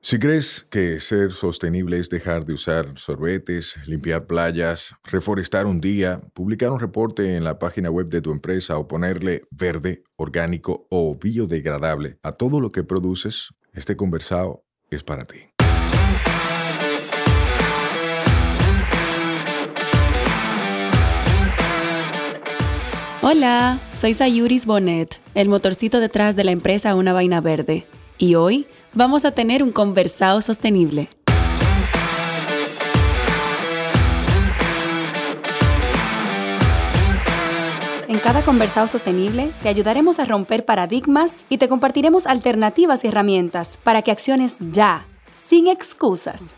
Si crees que ser sostenible es dejar de usar sorbetes, limpiar playas, reforestar un día, publicar un reporte en la página web de tu empresa o ponerle verde, orgánico o biodegradable a todo lo que produces, este conversado es para ti. Hola, soy Sayuris Bonet, el motorcito detrás de la empresa Una Vaina Verde. Y hoy vamos a tener un conversado sostenible. En cada conversado sostenible te ayudaremos a romper paradigmas y te compartiremos alternativas y herramientas para que acciones ya, sin excusas.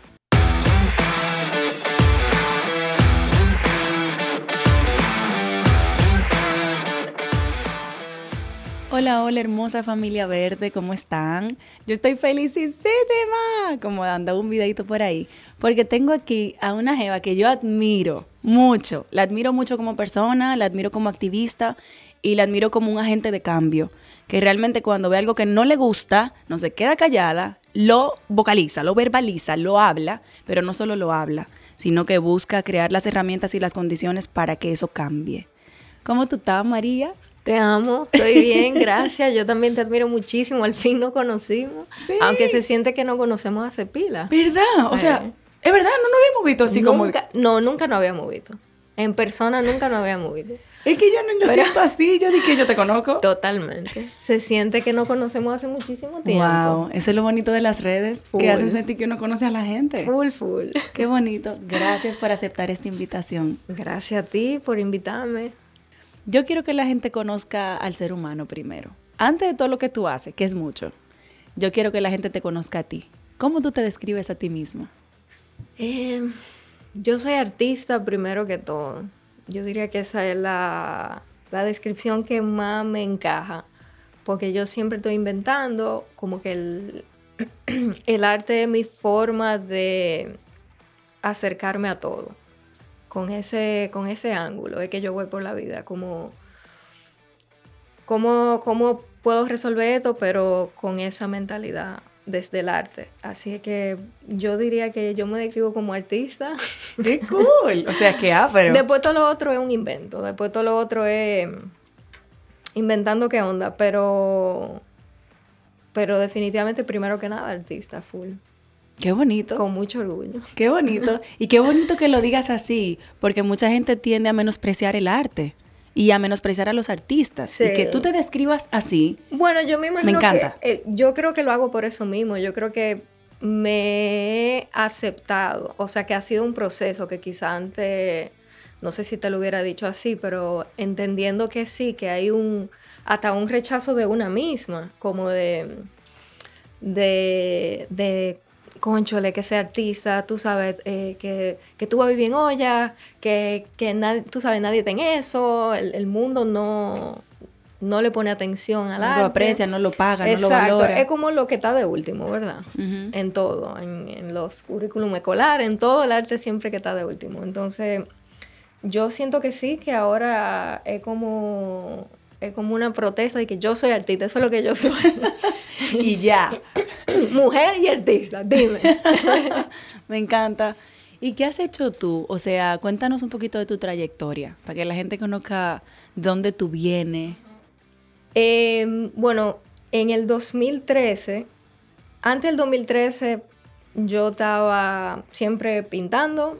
Hola, hermosa familia verde, ¿cómo están? Yo estoy felicísima, como dando un videito por ahí, porque tengo aquí a una jeva que yo admiro mucho. La admiro mucho como persona, la admiro como activista y la admiro como un agente de cambio, que realmente cuando ve algo que no le gusta, no se queda callada, lo vocaliza, lo verbaliza, lo habla, pero no solo lo habla, sino que busca crear las herramientas y las condiciones para que eso cambie. ¿Cómo tú estás, María? Te amo, estoy bien, gracias. Yo también te admiro muchísimo. Al fin nos conocimos. Sí. Aunque se siente que no conocemos hace pila. ¿Verdad? O sea, es verdad, no nos habíamos visto así nunca, como... No, nunca nos habíamos visto. En persona nunca nos habíamos visto. Es que yo no lo siento así. Yo dije que yo te conozco. Totalmente. Se siente que no conocemos hace muchísimo tiempo. Wow, eso es lo bonito de las redes. Full. Que hacen sentir que uno conoce a la gente. Full. Qué bonito. Gracias por aceptar esta invitación. Gracias a ti por invitarme. Yo quiero que la gente conozca al ser humano primero. Antes de todo lo que tú haces, que es mucho, yo quiero que la gente te conozca a ti. ¿Cómo tú te describes a ti misma? Yo soy artista primero que todo. Yo diría que esa es la descripción que más me encaja. Porque yo siempre estoy inventando, como que el arte es mi forma de acercarme a todo. Con ese ángulo es que yo voy por la vida, ¿Cómo puedo resolver esto? Pero con esa mentalidad desde el arte. Así que yo diría que yo me describo como artista. ¡Qué cool! O sea, que pero... Después todo lo otro es un invento. Después todo lo otro es inventando qué onda. Pero definitivamente, primero que nada, artista, full. Qué bonito. Con mucho orgullo. Qué bonito. Y qué bonito que lo digas así, porque mucha gente tiende a menospreciar el arte y a menospreciar a los artistas. Sí. Y que tú te describas así. Bueno, yo me imagino me encanta. Que yo creo que lo hago por eso mismo. Yo creo que me he aceptado. O sea, que ha sido un proceso que quizá antes, no sé si te lo hubiera dicho así, pero entendiendo que sí, que hay hasta un rechazo de una misma, como de cónchole, que sea artista, tú sabes, que tú vas a vivir en olla, que tú sabes, nadie está en eso, el mundo no le pone atención al arte. No lo aprecia, no lo paga, Exacto. No lo valora. Es como lo que está de último, ¿verdad? Uh-huh. En todo, en los currículum escolares, en todo el arte siempre que está de último. Entonces, yo siento que sí, que ahora es como una protesta de que yo soy artista, eso es lo que yo soy. Y ya. Mujer y artista, dime. Me encanta. ¿Y qué has hecho tú? O sea, cuéntanos un poquito de tu trayectoria, para que la gente conozca de dónde tú vienes. Bueno, en el 2013, antes del 2013, yo estaba siempre pintando,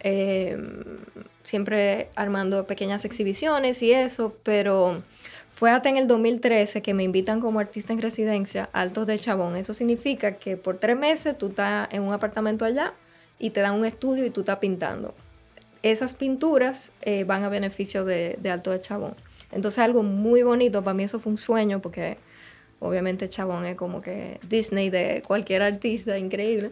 siempre armando pequeñas exhibiciones y eso, pero fue hasta en el 2013 que me invitan como artista en residencia a Altos de Chabón. Eso significa que por 3 meses tú estás en un apartamento allá y te dan un estudio y tú estás pintando. Esas pinturas van a beneficio de Altos de Chabón. Entonces algo muy bonito, para mí eso fue un sueño porque obviamente Chabón es como que Disney de cualquier artista, increíble.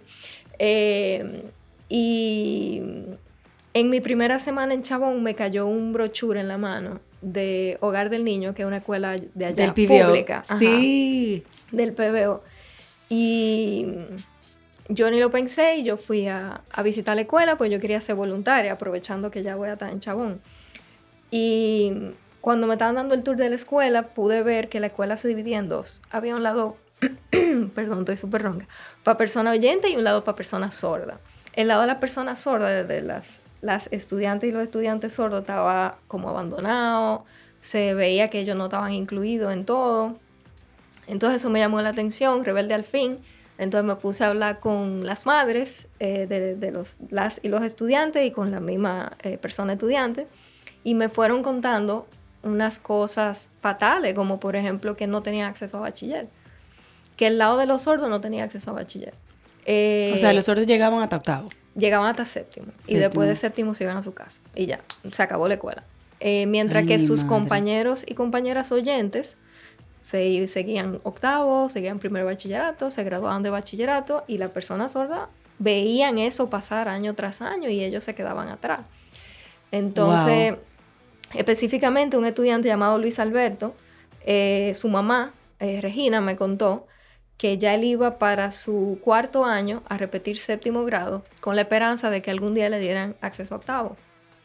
Y en mi primera semana en Chabón me cayó un brochure en la mano de Hogar del Niño, que es una escuela de allá, del PBO. Pública. Sí. Ajá, del PBO. Y yo ni lo pensé y yo fui a visitar la escuela, pues yo quería ser voluntaria, aprovechando que ya voy a estar en Chabón. Y cuando me estaban dando el tour de la escuela, pude ver que la escuela se dividía en dos. Había un lado, perdón, estoy súper ronca. para persona oyente y un lado para persona sorda. El lado de la persona sorda, de las estudiantes y los estudiantes sordos, estaba como abandonado, se veía que ellos no estaban incluidos en todo. Entonces eso me llamó la atención, rebelde al fin. Entonces me puse a hablar con las madres de las y los estudiantes y con la misma persona estudiante, y me fueron contando unas cosas fatales, como por ejemplo que no tenían acceso a bachiller, que el lado de los sordos no tenía acceso a bachiller. O sea, los sordos llegaban hasta octavo. Llegaban hasta séptimo. Y después de séptimo se iban a su casa. Y ya, se acabó la escuela. Mientras que sus compañeros y compañeras oyentes seguían octavo, seguían primer bachillerato, se graduaban de bachillerato, y las personas sordas veían eso pasar año tras año y ellos se quedaban atrás. Entonces, específicamente un estudiante llamado Luis Alberto, su mamá, Regina, me contó que ya él iba para su 4º año a repetir 7º grado con la esperanza de que algún día le dieran acceso a octavo.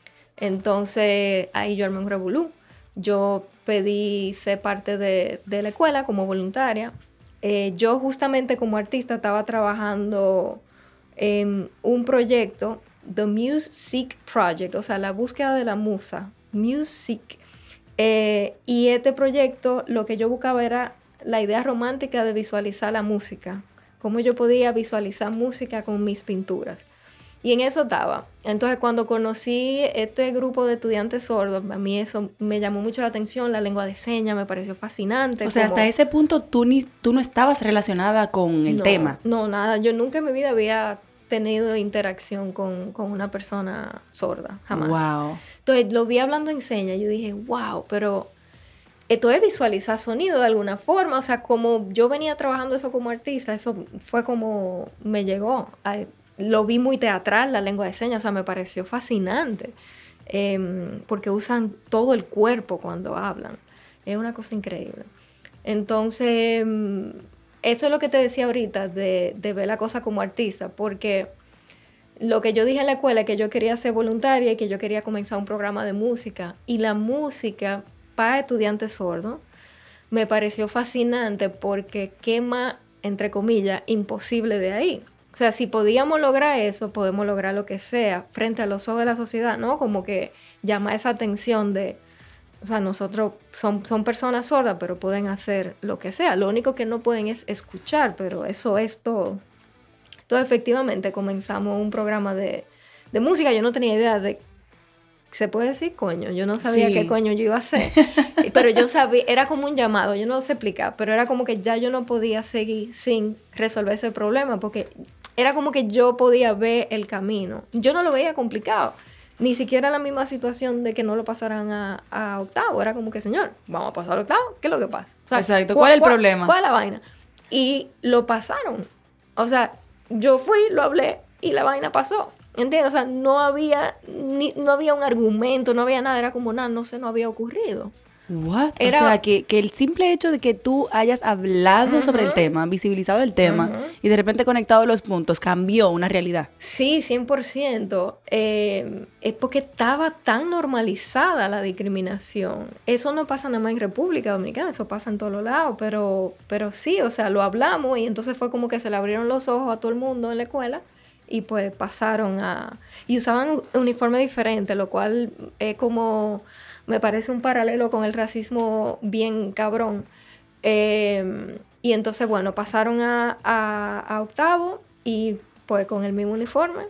Entonces ahí yo armé un revolú. Yo pedí ser parte de la escuela como voluntaria. Yo justamente como artista estaba trabajando en un proyecto, The Music Project, o sea, la búsqueda de la musa, Music. Y este proyecto lo que yo buscaba era la idea romántica de visualizar la música, cómo yo podía visualizar música con mis pinturas. Y en eso estaba. Entonces, cuando conocí este grupo de estudiantes sordos, a mí eso me llamó mucho la atención, la lengua de señas me pareció fascinante. O sea, hasta ese punto tú no estabas relacionada con el tema. No, nada. Yo nunca en mi vida había tenido interacción con una persona sorda, jamás. Wow. Entonces, lo vi hablando en señas y yo dije, wow, pero esto es visualizar sonido de alguna forma. O sea, como yo venía trabajando eso como artista, eso fue como me llegó. Lo vi muy teatral, la lengua de señas, o sea, me pareció fascinante. Porque usan todo el cuerpo cuando hablan. Es una cosa increíble. Entonces, eso es lo que te decía ahorita, de ver la cosa como artista, porque lo que yo dije en la escuela es que yo quería ser voluntaria y que yo quería comenzar un programa de música. Y la música para estudiantes sordos me pareció fascinante porque quema, entre comillas, imposible de ahí. O sea, si podíamos lograr eso, podemos lograr lo que sea frente a los ojos de la sociedad, ¿no? Como que llama esa atención de, o sea, nosotros son personas sordas, pero pueden hacer lo que sea. Lo único que no pueden es escuchar, pero eso es todo. Entonces, efectivamente, comenzamos un programa de música. Yo no tenía idea de, ¿se puede decir coño? Yo no sabía qué coño yo iba a hacer. Pero yo sabía, era como un llamado, yo no lo sé explicar, pero era como que ya yo no podía seguir sin resolver ese problema, porque era como que yo podía ver el camino. Yo no lo veía complicado. Ni siquiera la misma situación de que no lo pasaran a octavo. Era como que, señor, vamos a pasar a octavo. ¿Qué es lo que pasa? O sea, exacto. ¿Cuál es el problema? ¿Cuál es la vaina? Y lo pasaron. O sea, yo fui, lo hablé y la vaina pasó. ¿Entiendes? O sea, no había un argumento, no había nada. Era como nada, no había ocurrido. What? O sea, que el simple hecho de que tú hayas hablado sobre el tema, visibilizado el tema, y de repente conectado los puntos, cambió una realidad. Sí, 100%. Es porque estaba tan normalizada la discriminación. Eso no pasa nada más en República Dominicana, eso pasa en todos los lados, pero sí, o sea, lo hablamos y entonces fue como que se le abrieron los ojos a todo el mundo en la escuela y pues pasaron y usaban uniforme diferente, lo cual es como... Me parece un paralelo con el racismo bien cabrón. Y entonces, bueno, pasaron a octavo y pues con el mismo uniforme.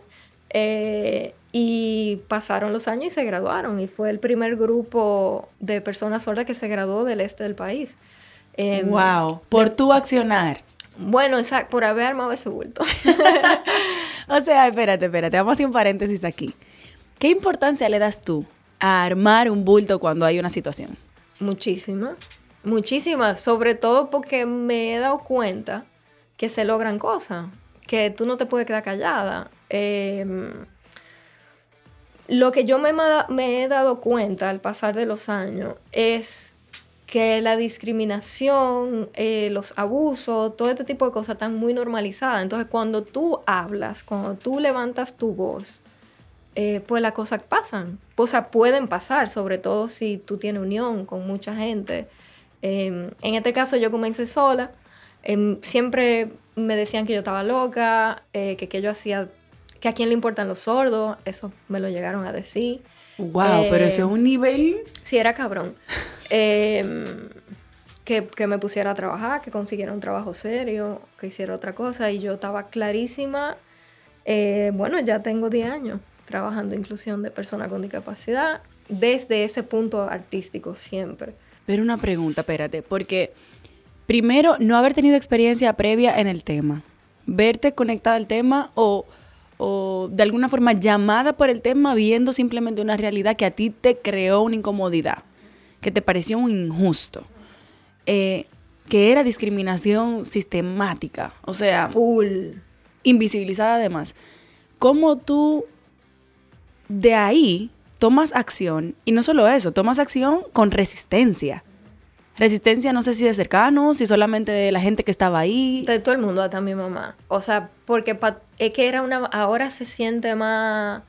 Y pasaron los años y se graduaron. Y fue el primer grupo de personas sordas que se graduó del este del país. ¡Wow! Por tu accionar. Bueno, exacto, por haber armado ese bulto. O sea, espérate. Vamos a hacer un paréntesis aquí. ¿Qué importancia le das tú a armar un bulto cuando hay una situación? Muchísima, sobre todo porque me he dado cuenta que se logran cosas, que tú no te puedes quedar callada. Lo que yo me he dado cuenta al pasar de los años es que la discriminación, los abusos, todo este tipo de cosas están muy normalizadas. Entonces, cuando tú hablas, cuando tú levantas tu voz, pues las cosas pasan. O sea, pueden pasar, sobre todo si tú tienes unión con mucha gente. En este caso yo comencé sola. Siempre me decían que yo estaba loca, que yo hacía, que a quién le importan los sordos, eso me lo llegaron a decir. Wow, pero eso es un nivel... Sí, era cabrón. Que me pusiera a trabajar, que consiguiera un trabajo serio, que hiciera otra cosa, y yo estaba clarísima. Bueno, ya tengo 10 años trabajando inclusión de personas con discapacidad, desde ese punto artístico siempre. Pero una pregunta, espérate, porque primero, no haber tenido experiencia previa en el tema, verte conectada al tema o de alguna forma llamada por el tema, viendo simplemente una realidad que a ti te creó una incomodidad, que te pareció un injusto, que era discriminación sistemática, o sea, full, invisibilizada además. ¿Cómo tú de ahí tomas acción? Y no solo eso, tomas acción con resistencia. Resistencia, no sé si de cercanos, si solamente de la gente que estaba ahí. De todo el mundo, hasta mi mamá. O sea, porque es que ahora se siente más...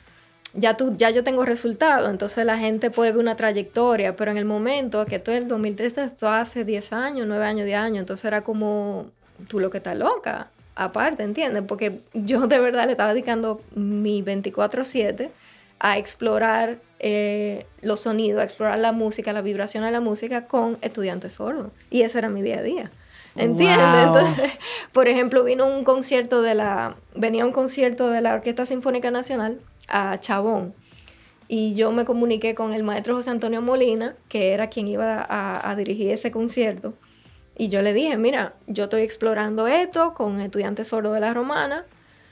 Ya yo tengo resultados, entonces la gente puede ver una trayectoria, pero en el momento, que esto es el 2013, esto hace 10 años, 9 años, 10 años, entonces era como, tú lo que estás loca, aparte, ¿entiendes? Porque yo de verdad le estaba dedicando mi 24/7 a explorar los sonidos, a explorar la música, la vibración de la música con estudiantes sordos. Y ese era mi día a día. ¿Entiendes? Wow. Entonces, por ejemplo, venía un concierto de la Orquesta Sinfónica Nacional a Chabón. Y yo me comuniqué con el maestro José Antonio Molina, que era quien iba a dirigir ese concierto. Y yo le dije, mira, yo estoy explorando esto con estudiantes sordos de la Romana.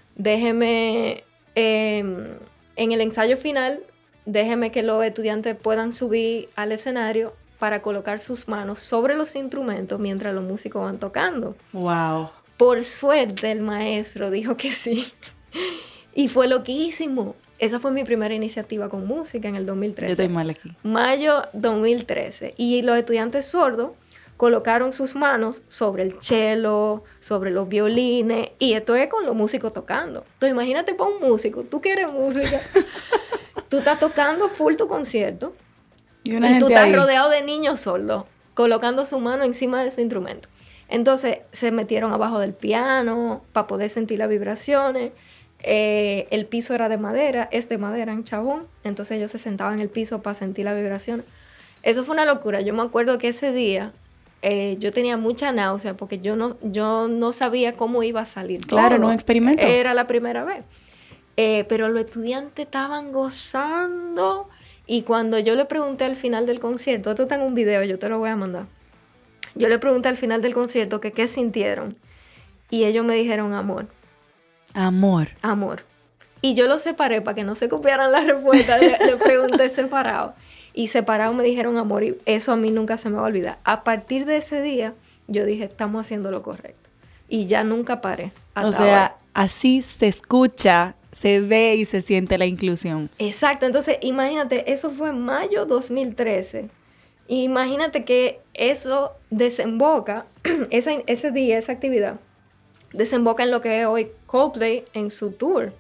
Déjeme, en el ensayo final, déjeme que los estudiantes puedan subir al escenario para colocar sus manos sobre los instrumentos mientras los músicos van tocando. Wow. Por suerte, el maestro dijo que sí. Y fue loquísimo. Esa fue mi primera iniciativa con música en el 2013. Yo estoy mal aquí. Mayo 2013. Y los estudiantes sordos colocaron sus manos sobre el cello, sobre los violines, y esto es con los músicos tocando. Entonces, imagínate para un músico, tú que eres música, tú estás tocando full tu concierto, y tú estás ahí rodeado de niños sordos, colocando su mano encima de su instrumento. Entonces, se metieron abajo del piano para poder sentir las vibraciones. El piso era de madera, es de madera en Chabón, entonces ellos se sentaban en el piso para sentir las vibraciones. Eso fue una locura. Yo me acuerdo que ese día yo tenía mucha náusea porque yo no sabía cómo iba a salir. Claro, todo. no experimento. Era la primera vez. Pero los estudiantes estaban gozando. Y cuando yo le pregunté al final del concierto, esto está en un video, yo te lo voy a mandar. Yo le pregunté al final del concierto que qué sintieron. Y ellos me dijeron amor. Amor. Amor. Y yo los separé para que no se copiaran las respuestas. Le pregunté separado. Y separado me dijeron amor, y eso a mí nunca se me va a olvidar. A partir de ese día, yo dije, estamos haciendo lo correcto. Y ya nunca paré. O sea, así se escucha, se ve y se siente la inclusión. Exacto. Entonces, imagínate, eso fue en mayo 2013. Imagínate que eso desemboca, ese día, esa actividad, desemboca en lo que es hoy Coldplay en su tour.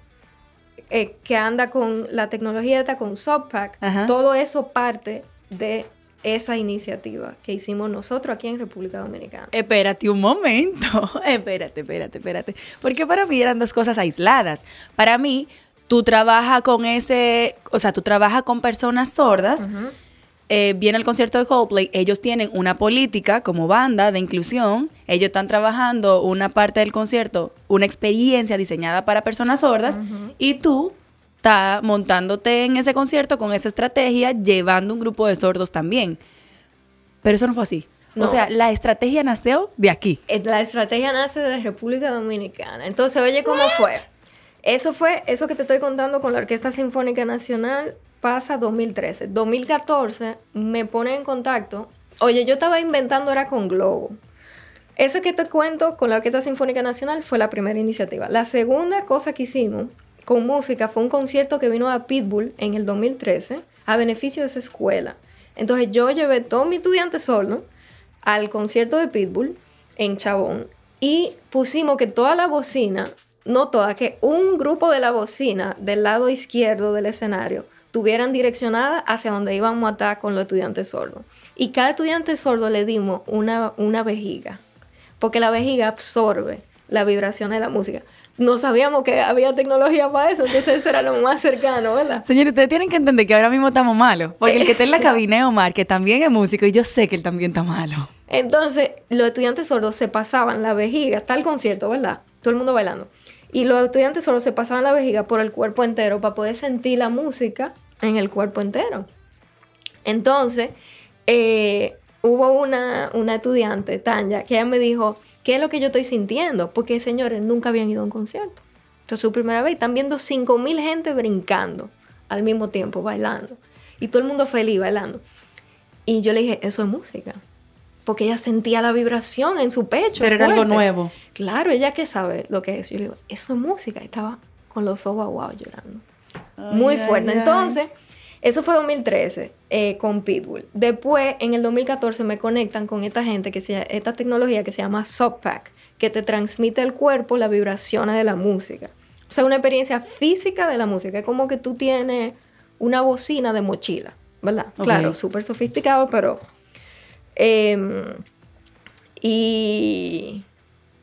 Que anda con la tecnología esta, con Subpack. Ajá. Todo eso parte de esa iniciativa que hicimos nosotros aquí en República Dominicana. Espérate un momento. Espérate. Porque para mí eran dos cosas aisladas. Para mí, tú trabajas con tú trabajas con personas sordas. Uh-huh. Viene el concierto de Coldplay, ellos tienen una política como banda de inclusión, ellos están trabajando una parte del concierto, una experiencia diseñada para personas sordas, uh-huh. Y tú estás montándote en ese concierto con esa estrategia, llevando un grupo de sordos también. Pero eso no fue así. No. O sea, la estrategia nació de aquí. La estrategia nace de República Dominicana. Entonces, oye, ¿cómo fue? Eso que te estoy contando con la Orquesta Sinfónica Nacional. Pasa 2013. 2014 me pone en contacto. Oye, yo estaba inventando, era con Globo. Eso que te cuento con la Orquesta Sinfónica Nacional fue la primera iniciativa. La segunda cosa que hicimos con música fue un concierto que vino a Pitbull en el 2013 a beneficio de esa escuela. Entonces yo llevé todos mis estudiantes sordos al concierto de Pitbull en Chabón y pusimos que toda la bocina, no toda, que un grupo de la bocina del lado izquierdo del escenario tuvieran direccionada hacia donde íbamos a estar con los estudiantes sordos. Y cada estudiante sordo le dimos una vejiga, porque la vejiga absorbe la vibración de la música. No sabíamos que había tecnología para eso, entonces eso era lo más cercano, ¿verdad? Señores, ustedes tienen que entender que ahora mismo estamos malos. Porque el que está en la cabina es Omar, que también es músico, y yo sé que él también está malo. Entonces, los estudiantes sordos se pasaban la vejiga, está el concierto, ¿verdad? Todo el mundo bailando. Y los estudiantes sordos se pasaban la vejiga por el cuerpo entero para poder sentir la música en el cuerpo entero. Entonces, hubo una estudiante, Tanya, que ella me dijo, ¿qué es lo que yo estoy sintiendo? Porque, señores, nunca habían ido a un concierto. Entonces, su primera vez, están viendo 5,000 gente brincando al mismo tiempo, bailando. Y todo el mundo feliz bailando. Y yo le dije, eso es música. Porque ella sentía la vibración en su pecho. Pero era algo nuevo. Claro, ella que sabe lo que es. Yo le digo, eso es música. Y estaba con los ojos aguados llorando. Muy fuerte. Entonces, eso fue 2013 con Pitbull. Después, en el 2014, me conectan con esta gente, esta tecnología que se llama SubPac, que te transmite al cuerpo las vibraciones de la música. O sea, una experiencia física de la música. Es como que tú tienes una bocina de mochila, ¿verdad? Okay. Claro, súper sofisticado, pero... y...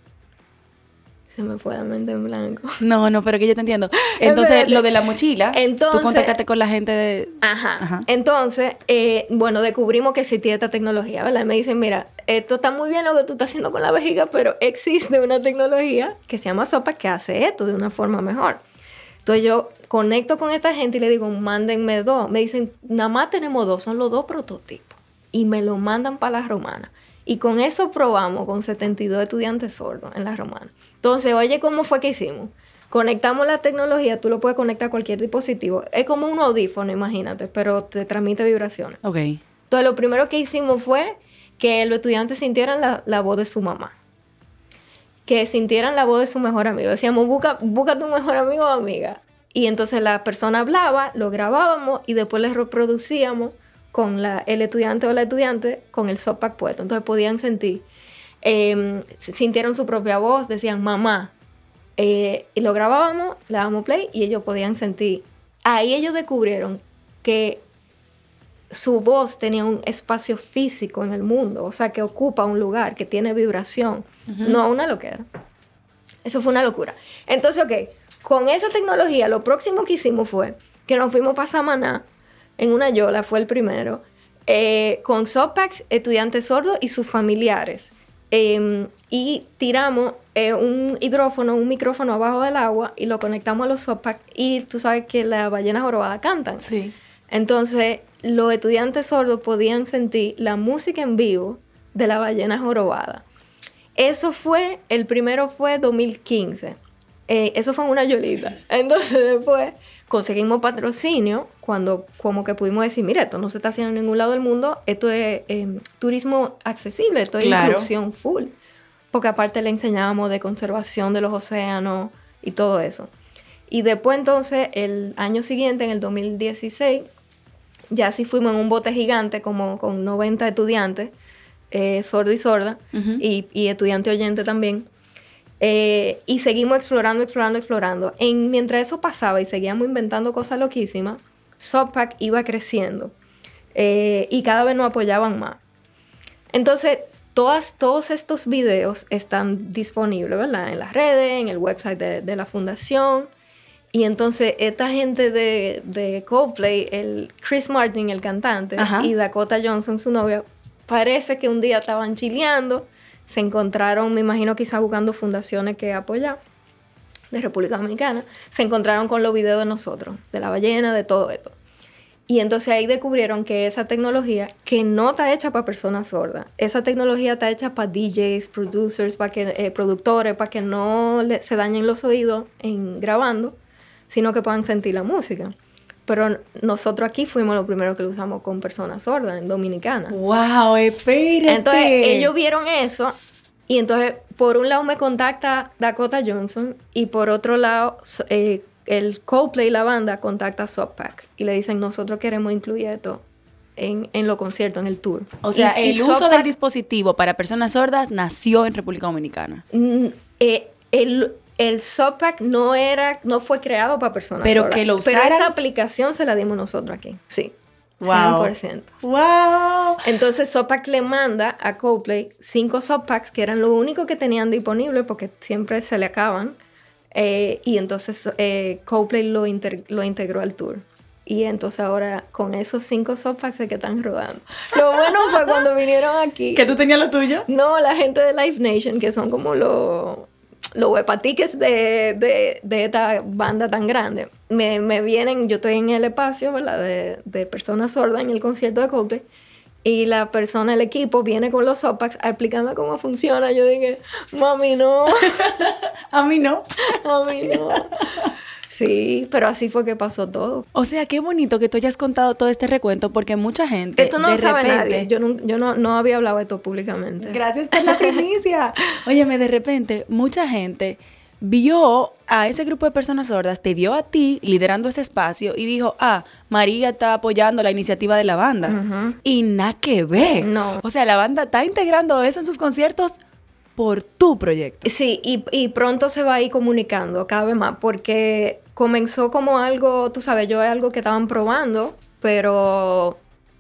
Se me fue la mente en blanco. No, pero que yo te entiendo. Entonces, lo de la mochila, tú contactaste con la gente de... Ajá. Entonces, bueno, descubrimos que existía esta tecnología, ¿verdad? Y me dicen, mira, esto está muy bien lo que tú estás haciendo con la vejiga, pero existe una tecnología que se llama SubPac que hace esto de una forma mejor. Entonces, yo conecto con esta gente y le digo, mándenme 2. Me dicen, nada más tenemos 2, son los 2 prototipos. Y me lo mandan para la Romana. Y con eso probamos con 72 estudiantes sordos en la Romana. Entonces, oye, ¿cómo fue que hicimos? Conectamos la tecnología, tú lo puedes conectar a cualquier dispositivo. Es como un audífono, imagínate, pero te transmite vibraciones. Ok. Entonces, lo primero que hicimos fue que los estudiantes sintieran la voz de su mamá. Que sintieran la voz de su mejor amigo. Decíamos, busca tu mejor amigo o amiga. Y entonces la persona hablaba, lo grabábamos y después le reproducíamos con el estudiante o la estudiante con el SubPac puesto. Entonces podían sentir, sintieron su propia voz, decían mamá, y lo grabábamos, le dábamos play y ellos podían sentir. Ahí ellos descubrieron que su voz tenía un espacio físico en el mundo, o sea, que ocupa un lugar, que tiene vibración, no una loquera. Eso fue una locura. Entonces, ok, con esa tecnología, lo próximo que hicimos fue que nos fuimos para Samaná, en una yola, fue el primero, con SubPacs, estudiantes sordos y sus familiares. Y tiramos un hidrófono, un micrófono abajo del agua y lo conectamos a los SubPacs. Y tú sabes que las ballenas jorobadas cantan. Sí. Entonces, los estudiantes sordos podían sentir la música en vivo de la ballena jorobada. Eso fue, el primero fue 2015. Eso fue en una yolita. Entonces, después conseguimos patrocinio cuando como que pudimos decir, mira, esto no se está haciendo en ningún lado del mundo, esto es turismo accesible, esto es inclusión full. Porque aparte le enseñábamos de conservación de los océanos y todo eso. Y después entonces, el año siguiente, en el 2016, ya sí fuimos en un bote gigante como con 90 estudiantes, sordo y sorda, y estudiante oyente también. Y seguimos explorando. Mientras eso pasaba y seguíamos inventando cosas loquísimas, SubPac iba creciendo y cada vez nos apoyaban más. Entonces, todos estos videos están disponibles, ¿verdad? En las redes, en el website de la fundación. Y entonces, esta gente de Coldplay, el Chris Martin, el cantante, y Dakota Johnson, su novia, parece que un día estaban chileando. Se encontraron, me imagino quizá buscando fundaciones que apoyar de República Dominicana. Se encontraron con los videos de nosotros, de la ballena, de todo esto. Y entonces ahí descubrieron que esa tecnología, que no está hecha para personas sordas, esa tecnología está hecha para DJs, producers, productores, para que no se dañen los oídos grabando, sino que puedan sentir la música. Pero nosotros aquí fuimos los primeros que lo usamos con personas sordas en Dominicana. ¡Wow! ¡Espérate! Entonces, ellos vieron eso y entonces, por un lado me contacta Dakota Johnson y por otro lado, el Coldplay, la banda, contacta a SubPac y le dicen, nosotros queremos incluir esto en los conciertos, en el tour. O sea, el uso del dispositivo para personas sordas nació en República Dominicana. El SubPac no fue creado para personas pero sordas. Que lo usaran. Pero esa aplicación se la dimos nosotros aquí, sí. Wow. 100%. ¡Wow! Entonces Sopac le manda a Coldplay 5 Sopacs que eran lo único que tenían disponible porque siempre se le acaban. Y entonces Coldplay lo integró al tour. Y entonces ahora con esos 5 Sopacs es que están rodando. Lo bueno fue cuando vinieron aquí. ¿Que tú tenías lo tuyo? No, la gente de Live Nation, que son como los huepatiques de esta banda tan grande, me vienen, yo estoy en el espacio, ¿verdad? De personas sordas en el concierto de Coldplay, y la persona, el equipo, viene con los Sopacs a explicarme cómo funciona. Yo dije, mami, no. A mí no. A mí no. Sí, pero así fue que pasó todo. O sea, qué bonito que tú hayas contado todo este recuento porque mucha gente Esto no de lo sabe repente, nadie. Yo no había hablado de esto públicamente. Gracias por la primicia. Óyeme, de repente, mucha gente vio a ese grupo de personas sordas, te vio a ti liderando ese espacio y dijo, María está apoyando la iniciativa de la banda. Ujú. Y nada que ver. No. O sea, la banda está integrando eso en sus conciertos por tu proyecto. Sí, y pronto se va a ir comunicando cada vez más, porque comenzó como algo, tú sabes, yo es algo que estaban probando, pero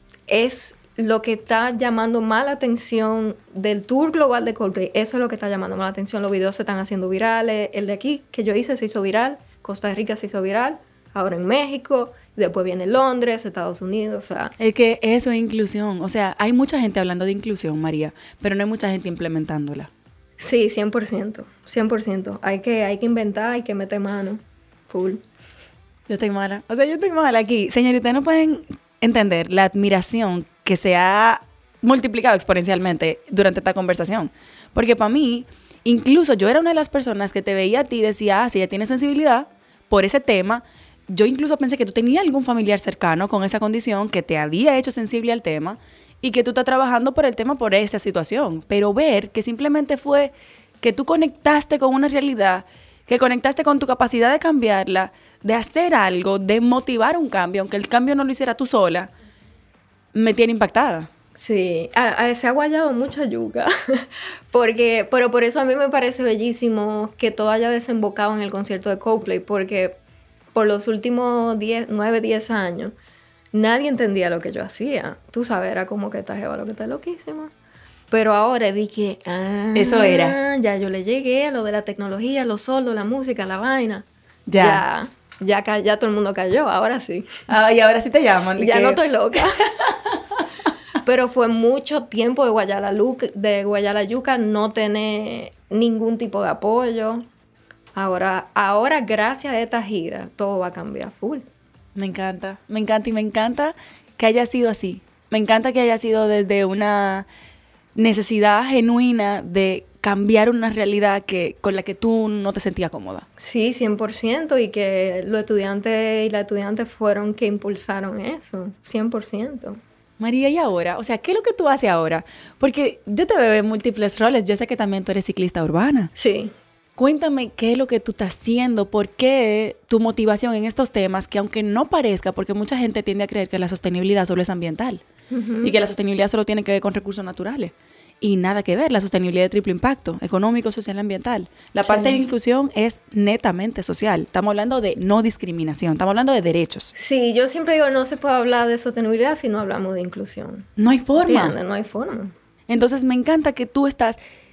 es lo que está llamando más la atención del tour global de Coldplay. Eso es lo que está llamando más la atención. Los videos se están haciendo virales. El de aquí que yo hice se hizo viral. Costa Rica se hizo viral. Ahora en México. Después viene Londres, Estados Unidos. O sea, Es que eso es inclusión. O sea, hay mucha gente hablando de inclusión, María, pero no hay mucha gente implementándola. sí, 100%. 100%. Hay que inventar, hay que meter mano. Full. Yo estoy mala. O sea, yo estoy mala aquí. Señorita, no pueden entender la admiración que se ha multiplicado exponencialmente durante esta conversación. Porque para mí, incluso yo era una de las personas que te veía a ti y decía, si ella tiene sensibilidad por ese tema. Yo incluso pensé que tú tenías algún familiar cercano con esa condición que te había hecho sensible al tema y que tú estás trabajando por el tema por esa situación. Pero ver que simplemente fue que tú conectaste con una realidad, que conectaste con tu capacidad de cambiarla, de hacer algo, de motivar un cambio, aunque el cambio no lo hiciera tú sola, me tiene impactada. Sí, se ha guayado mucha yuca, pero por eso a mí me parece bellísimo que todo haya desembocado en el concierto de Coldplay, porque por los últimos 9, 10 años, nadie entendía lo que yo hacía. Tú sabes, era como que esta jeva lo que está loquísima. Pero ahora dije, eso era. Ya yo le llegué a lo de la tecnología, los soldos, la música, la vaina. Ya todo el mundo cayó, ahora sí. Y ahora sí te llaman. Ya no estoy loca. Pero fue mucho tiempo de Guayala Yuca no tener ningún tipo de apoyo. Ahora, gracias a esta gira, todo va a cambiar full. Me encanta y me encanta que haya sido así. Me encanta que haya sido desde una necesidad genuina de cambiar una realidad con la que tú no te sentías cómoda. Sí, 100%, y que los estudiantes y las estudiantes fueron que impulsaron eso, 100%. María, ¿y ahora? O sea, ¿qué es lo que tú haces ahora? Porque yo te veo en múltiples roles. Yo sé que también tú eres ciclista urbana. Sí. Cuéntame qué es lo que tú estás haciendo, por qué tu motivación en estos temas, que aunque no parezca, porque mucha gente tiende a creer que la sostenibilidad solo es ambiental y que la sostenibilidad solo tiene que ver con recursos naturales. Y nada que ver, la sostenibilidad de triple impacto, económico, social y ambiental. La parte de inclusión es netamente social. Estamos hablando de no discriminación, estamos hablando de derechos. Sí, yo siempre digo, no se puede hablar de sostenibilidad si no hablamos de inclusión. No hay forma. ¿Entiendes? No hay forma. Entonces me encanta que tú estás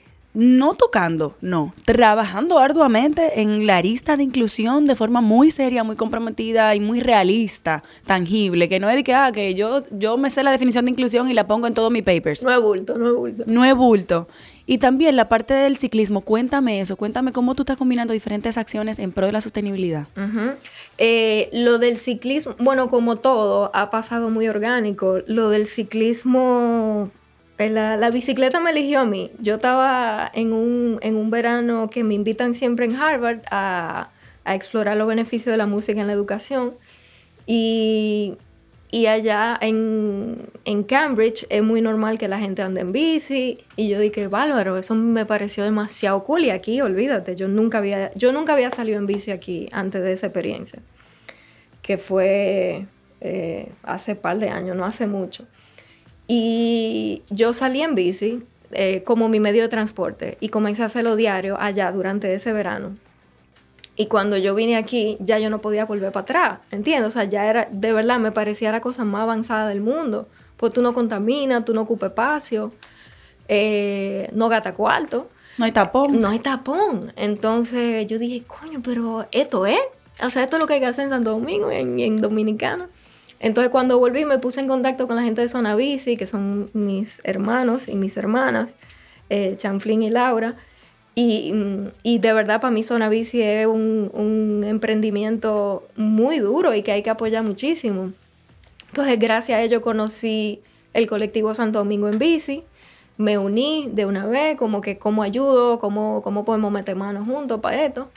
trabajando arduamente en la arista de inclusión de forma muy seria, muy comprometida y muy realista, tangible, que no es de que yo me sé la definición de inclusión y la pongo en todos mis papers. No es bulto. No es bulto. Y también la parte del ciclismo, cuéntame cómo tú estás combinando diferentes acciones en pro de la sostenibilidad. Lo del ciclismo, bueno, como todo, ha pasado muy orgánico. Lo del ciclismo... La bicicleta me eligió a mí. Yo estaba en un verano que me invitan siempre en Harvard a explorar los beneficios de la música en la educación. Y allá en Cambridge es muy normal que la gente ande en bici. Y yo dije, bárbaro, eso me pareció demasiado cool. Y aquí, olvídate, yo nunca había salido en bici aquí antes de esa experiencia. Que fue hace par de años, no hace mucho. Y yo salí en bici como mi medio de transporte y comencé a hacerlo diario allá durante ese verano. Y cuando yo vine aquí, ya yo no podía volver para atrás, ¿entiendes? O sea, ya era, de verdad, me parecía la cosa más avanzada del mundo. Pues tú no contaminas, tú no ocupas espacio, no gastas cuarto. No hay tapón. No hay tapón. Entonces yo dije, coño, pero esto es. O sea, esto es lo que hay que hacer en Santo Domingo y en Dominicana. Entonces cuando volví me puse en contacto con la gente de Zona Bici, que son mis hermanos y mis hermanas, Chanflín y Laura. Y de verdad para mí Zona Bici es un emprendimiento muy duro y que hay que apoyar muchísimo. Entonces gracias a ello conocí el colectivo Santo Domingo en Bici. Me uní de una vez, como que cómo ayudo, cómo podemos meter manos juntos para esto.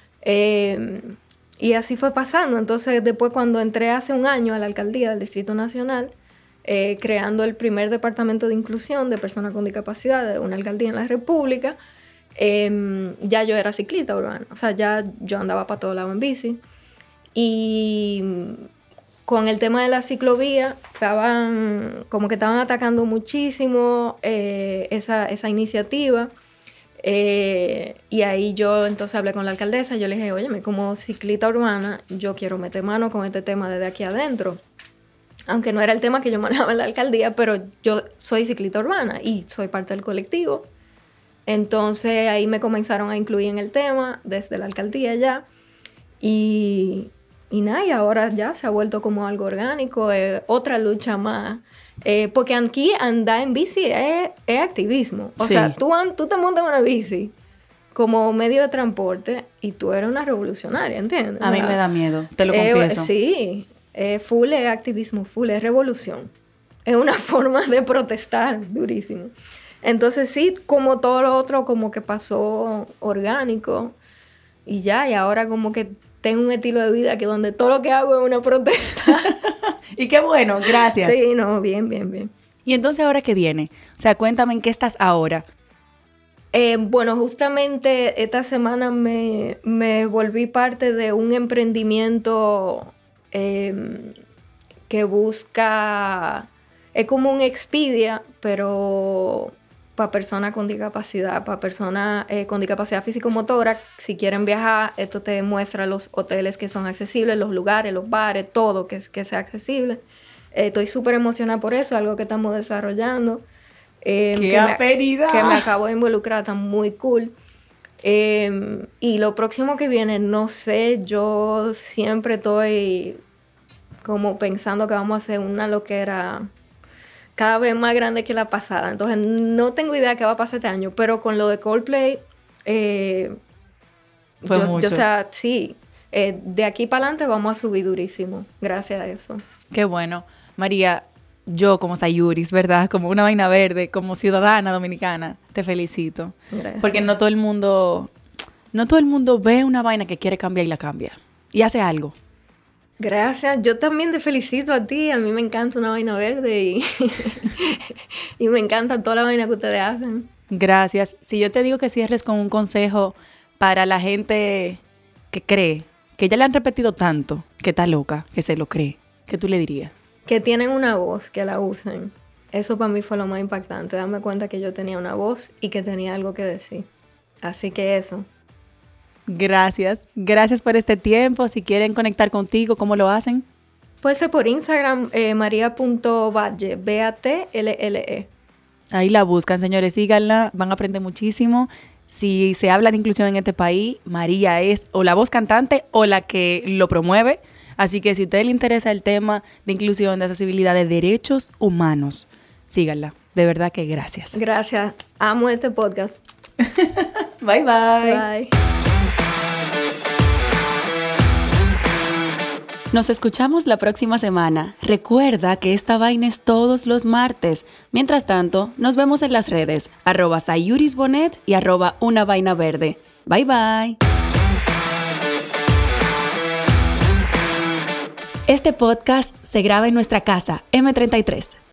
Y así fue pasando. Entonces después cuando entré hace un año a la alcaldía del Distrito Nacional, creando el primer departamento de inclusión de personas con discapacidad de una alcaldía en la República, ya yo era ciclista urbana. O sea, ya yo andaba para todos lados en bici. Y con el tema de la ciclovía, estaban atacando muchísimo esa iniciativa. Y ahí yo entonces hablé con la alcaldesa. Yo le dije, óyeme, como ciclista urbana, yo quiero meter mano con este tema desde aquí adentro. Aunque no era el tema que yo manejaba en la alcaldía, pero yo soy ciclista urbana y soy parte del colectivo. Entonces ahí me comenzaron a incluir en el tema desde la alcaldía ya. Y nada, y ahora ya se ha vuelto como algo orgánico, otra lucha más. Porque aquí andar en bici es activismo. O sea, tú te montas en una bici como medio de transporte y tú eres una revolucionaria, ¿entiendes? A mí me da miedo, te lo confieso. Sí, full es activismo, full es revolución. Es una forma de protestar durísimo. Entonces sí, como todo lo otro como que pasó orgánico y ya, y ahora como que tengo un estilo de vida que donde todo lo que hago es una protesta. Y qué bueno, gracias. Sí, no, bien. ¿Y entonces ahora qué viene? O sea, cuéntame en qué estás ahora. Bueno, justamente esta semana me volví parte de un emprendimiento que busca... Es como un Expedia, pero para personas con discapacidad, para personas con discapacidad físico-motora. Si quieren viajar, esto te muestra los hoteles que son accesibles, los lugares, los bares, todo que sea accesible. Estoy súper emocionada por eso, algo que estamos desarrollando. ¡Qué aperidad! Que me acabo de involucrar, está muy cool. Y lo próximo que viene, no sé, yo siempre estoy como pensando que vamos a hacer una loquera cada vez más grande que la pasada. Entonces no tengo idea qué va a pasar este año, pero con lo de Coldplay, mucho. O sea, sí, de aquí para adelante vamos a subir durísimo, gracias a eso. Qué bueno. María, yo como Sayuris, ¿verdad? Como una vaina verde, como ciudadana dominicana, te felicito. Gracias. Porque no todo el mundo ve una vaina que quiere cambiar y la cambia. Y hace algo. Gracias. Yo también te felicito a ti. A mí me encanta una vaina verde y me encanta toda la vaina que ustedes hacen. Gracias. Si yo te digo que cierres con un consejo para la gente que cree, que ya le han repetido tanto, que está loca, que se lo cree, ¿qué tú le dirías? Que tienen una voz, que la usen. Eso para mí fue lo más impactante. Darme cuenta que yo tenía una voz y que tenía algo que decir. Así que eso. Gracias por este tiempo. Si quieren conectar contigo, ¿cómo lo hacen? Puede ser por Instagram, maria.valle, B-A-T-L-L-E. Ahí la buscan, señores, síganla, van a aprender muchísimo. Si se habla de inclusión en este país, María es o la voz cantante o la que lo promueve. Así que si a usted le interesa el tema de inclusión, de accesibilidad, de derechos humanos, síganla. De verdad que gracias. Gracias. Amo este podcast. Bye. Bye. Nos escuchamos la próxima semana. Recuerda que esta vaina es todos los martes. Mientras tanto, nos vemos en las redes, @sayurisbonet y @unavainaverde. Bye. Este podcast se graba en nuestra casa, M33.